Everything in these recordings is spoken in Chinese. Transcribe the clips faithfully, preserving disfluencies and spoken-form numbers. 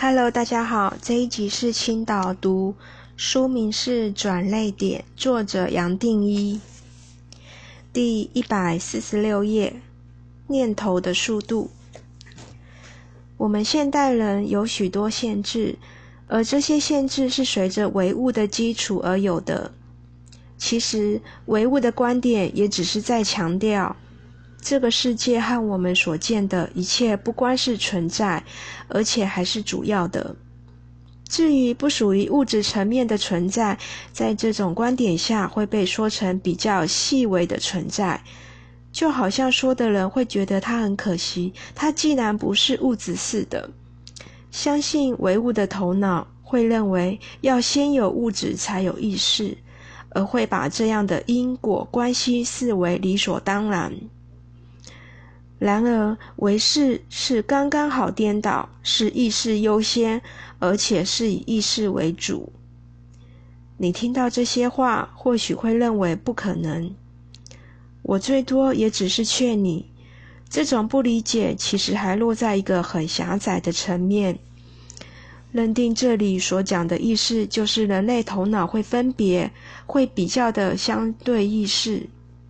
Hello， 大家好，这一集是青岛读，书名是《转捩点》，作者杨定一。第一百四十六页，念头的速度。我们现代人有许多限制，而这些限制是随着唯物的基础而有的。其实，唯物的观点也只是在强调，这个世界和我们所见的一切不光是存在，而且还是主要的。至于不属于物质层面的存在，在这种观点下会被说成比较细微的存在，就好像说的人会觉得他很可惜，他既然不是物质似的。相信唯物的头脑会认为要先有物质才有意识，而会把这样的因果关系视为理所当然。然而唯识是刚刚好颠倒，是意识优先，而且是以意识为主。你听到这些话，或许会认为不可能。我最多也只是劝你，这种不理解其实还落在一个很狭窄的层面，认定这里所讲的意识就是人类头脑会分别、会比较的相对意识。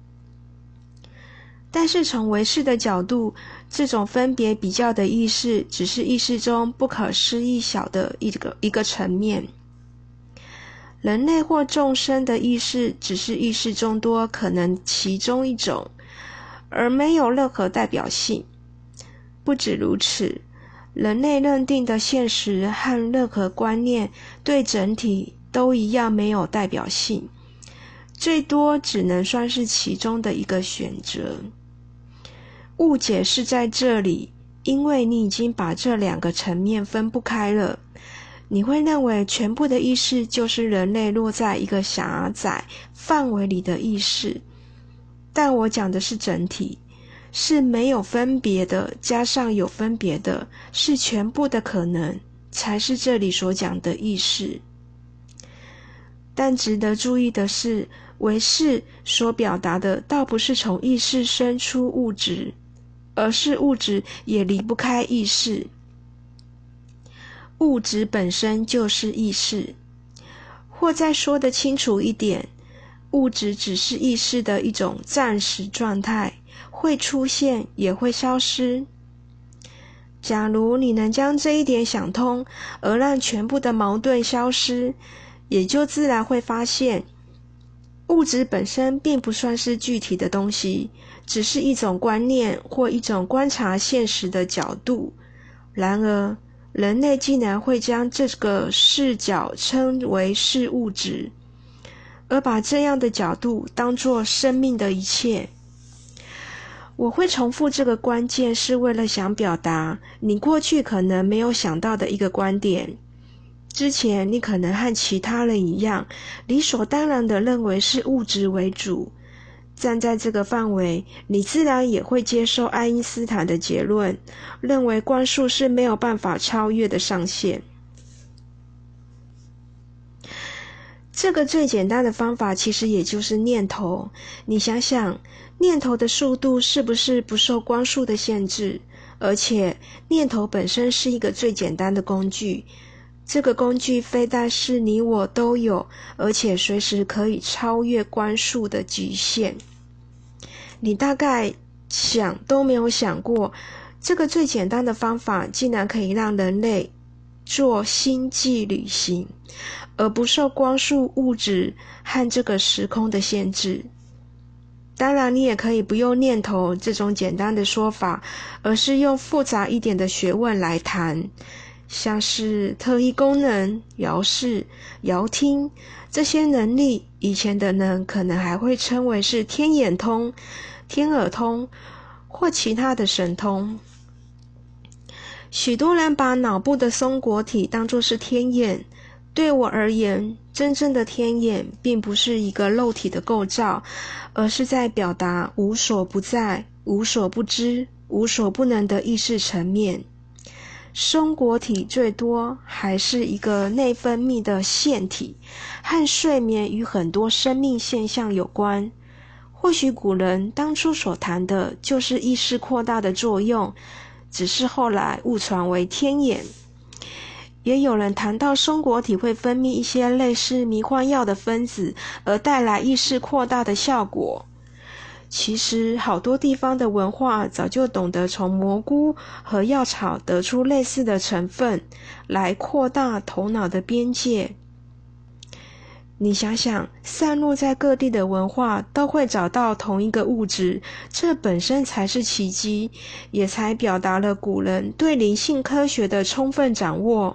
但是从唯识的角度，这种分别比较的意识只是意识中不可思议小的一个一个层面。人类或众生的意识只是意识众多可能其中一种，而没有任何代表性。不止如此，人类认定的现实和任何观念对整体都一样没有代表性，最多只能算是其中的一个选择。误解是在这里，因为你已经把这两个层面分不开了。你会认为全部的意识就是人类落在一个狭窄范围里的意识，但我讲的是整体，是没有分别的加上有分别的，是全部的可能，才是这里所讲的意识。但值得注意的是，唯识所表达的倒不是从意识生出物质，而是物质也离不开意识。物质本身就是意识，或再说得清楚一点，物质只是意识的一种暂时状态，会出现也会消失。假如你能将这一点想通，而让全部的矛盾消失，也就自然会发现，物质本身并不算是具体的东西，只是一种观念或一种观察现实的角度。然而人类竟然会将这个视角称为是物质，而把这样的角度当作生命的一切。我会重复这个关键，是为了想表达你过去可能没有想到的一个观点。之前你可能和其他人一样，理所当然地认为是物质为主。站在这个范围，你自然也会接受爱因斯坦的结论，认为光速是没有办法超越的上限。这个最简单的方法其实也就是念头。你想想，念头的速度是不是不受光速的限制？而且念头本身是一个最简单的工具，这个工具非但是你我都有，而且随时可以超越光速的极限。你大概想都没有想过，这个最简单的方法竟然可以让人类做星际旅行，而不受光速物质和这个时空的限制。当然你也可以不用念头这种简单的说法，而是用复杂一点的学问来谈，像是特异功能、遥视、遥听，这些能力以前的人可能还会称为是天眼通、天耳通或其他的神通。许多人把脑部的松果体当作是天眼，对我而言，真正的天眼并不是一个肉体的构造，而是在表达无所不在、无所不知、无所不能的意识层面。松果体最多还是一个内分泌的腺体，和睡眠与很多生命现象有关。或许古人当初所谈的就是意识扩大的作用，只是后来误传为天眼。 也有人谈到松果体会分泌一些类似迷幻药的分子，而带来意识扩大的效果。其实好多地方的文化早就懂得从蘑菇和药草得出类似的成分，来扩大头脑的边界。你想想，散落在各地的文化都会找到同一个物质，这本身才是奇迹，也才表达了古人对灵性科学的充分掌握。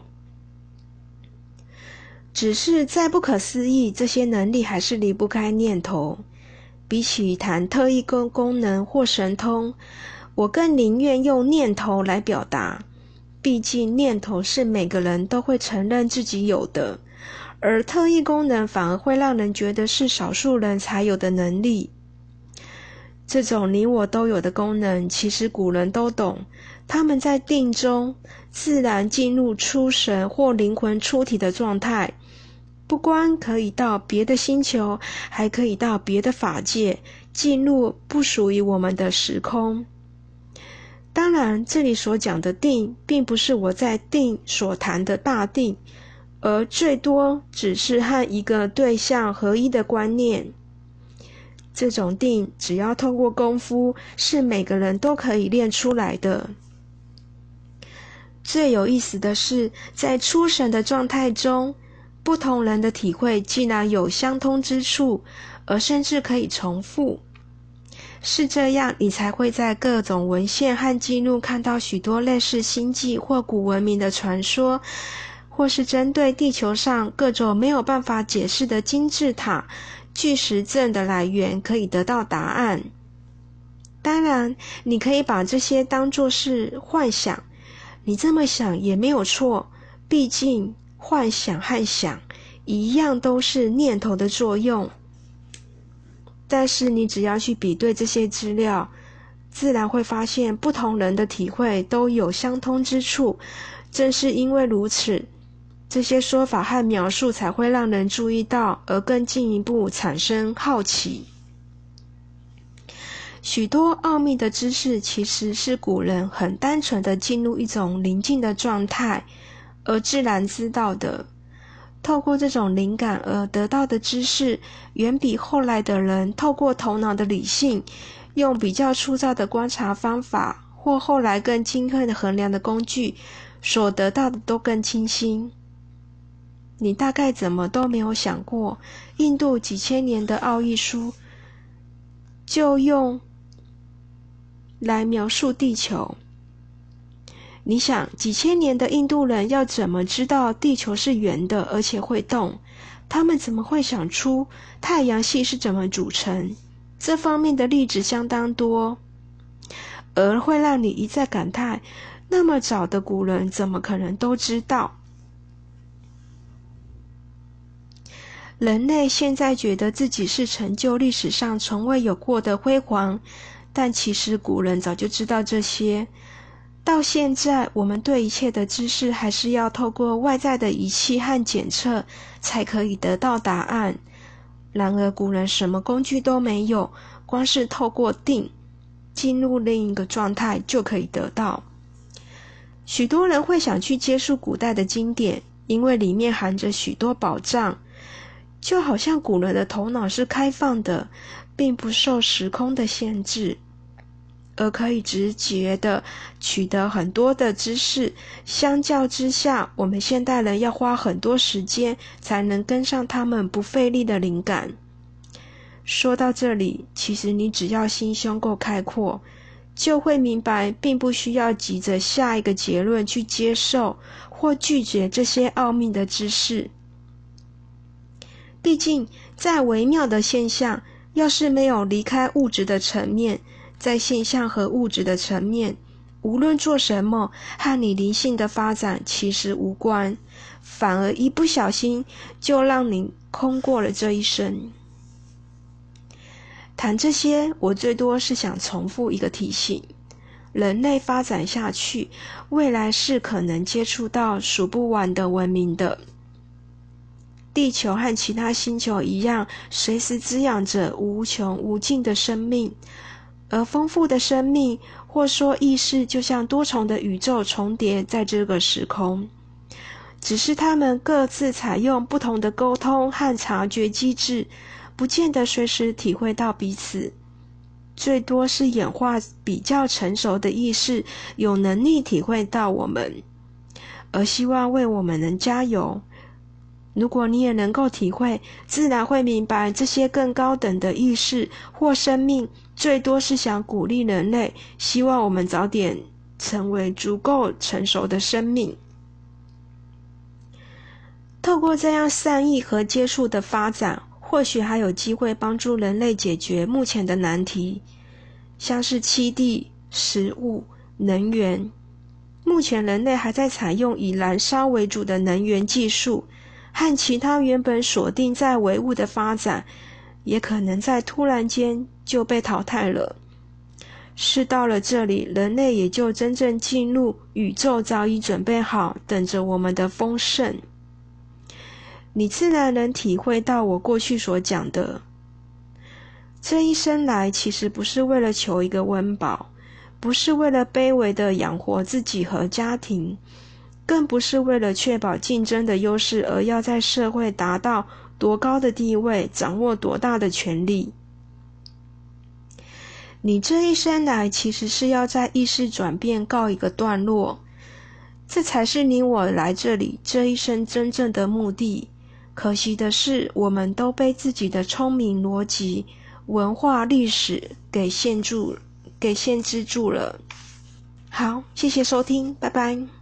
只是再不可思议，这些能力还是离不开念头。比起谈特异功功能或神通，我更宁愿用念头来表达。毕竟念头是每个人都会承认自己有的，而特异功能反而会让人觉得是少数人才有的能力。这种你我都有的功能，其实古人都懂。他们在定中自然进入出神或灵魂出体的状态，不光可以到别的星球，还可以到别的法界，进入不属于我们的时空。当然，这里所讲的定，并不是我在定所谈的大定，而最多只是和一个对象合一的观念。这种定，只要透过功夫，是每个人都可以练出来的。最有意思的是，在出神的状态中，不同人的体会竟然有相通之处，而甚至可以重复。是这样，你才会在各种文献和记录看到许多类似星际或古文明的传说，或是针对地球上各种没有办法解释的金字塔、巨石阵的来源可以得到答案。当然，你可以把这些当作是幻想，你这么想也没有错，毕竟幻想和想一样都是念头的作用。但是你只要去比对这些资料，自然会发现不同人的体会都有相通之处。正是因为如此，这些说法和描述才会让人注意到，而更进一步产生好奇。许多奥秘的知识其实是古人很单纯的进入一种宁静的状态而自然知道的。透过这种灵感而得到的知识，远比后来的人透过头脑的理性，用比较粗糙的观察方法，或后来更精确的衡量的工具，所得到的都更清晰。你大概怎么都没有想过，印度几千年的奥义书，就用来描述地球。你想，几千年的印度人要怎么知道地球是圆的而且会动？他们怎么会想出太阳系是怎么组成？这方面的例子相当多，而会让你一再感叹，那么早的古人怎么可能都知道？人类现在觉得自己是成就历史上从未有过的辉煌，但其实古人早就知道这些。到现在，我们对一切的知识还是要透过外在的仪器和检测才可以得到答案。然而古人什么工具都没有，光是透过定进入另一个状态就可以得到。许多人会想去接触古代的经典，因为里面含着许多宝藏，就好像古人的头脑是开放的，并不受时空的限制，而可以直觉地取得很多的知识。相较之下，我们现代人要花很多时间才能跟上他们不费力的灵感。说到这里，其实你只要心胸够开阔，就会明白并不需要急着下一个结论去接受或拒绝这些奥秘的知识。毕竟再微妙的现象，要是没有离开物质的层面，在现象和物质的层面，无论做什么，和你灵性的发展其实无关，反而一不小心就让你空过了这一生。谈这些，我最多是想重复一个提醒：人类发展下去，未来是可能接触到数不完的文明的。地球和其他星球一样，随时滋养着无穷无尽的生命。而丰富的生命，或说意识，就像多重的宇宙重叠在这个时空。 只是他们各自采用不同的沟通和察觉机制，不见得随时体会到彼此。最多是演化比较成熟的意识有能力体会到我们，而希望为我们能加油。如果你也能够体会，自然会明白这些更高等的意识或生命最多是想鼓励人类，希望我们早点成为足够成熟的生命。透过这样善意和接触的发展，或许还有机会帮助人类解决目前的难题，像是栖地、食物、能源。目前人类还在采用以燃烧为主的能源技术，和其他原本锁定在唯物的发展，也可能在突然间就被淘汰了。是到了这里，人类也就真正进入宇宙早已准备好，等着我们的丰盛。你自然能体会到我过去所讲的，这一生来其实不是为了求一个温饱，不是为了卑微的养活自己和家庭，更不是为了确保竞争的优势而要在社会达到多高的地位，掌握多大的权力。你这一生来其实是要在意识转变告一个段落，这才是你我来这里这一生真正的目的。可惜的是，我们都被自己的聪明、逻辑、文化、历史给限住，给限制住了。好，谢谢收听，拜拜。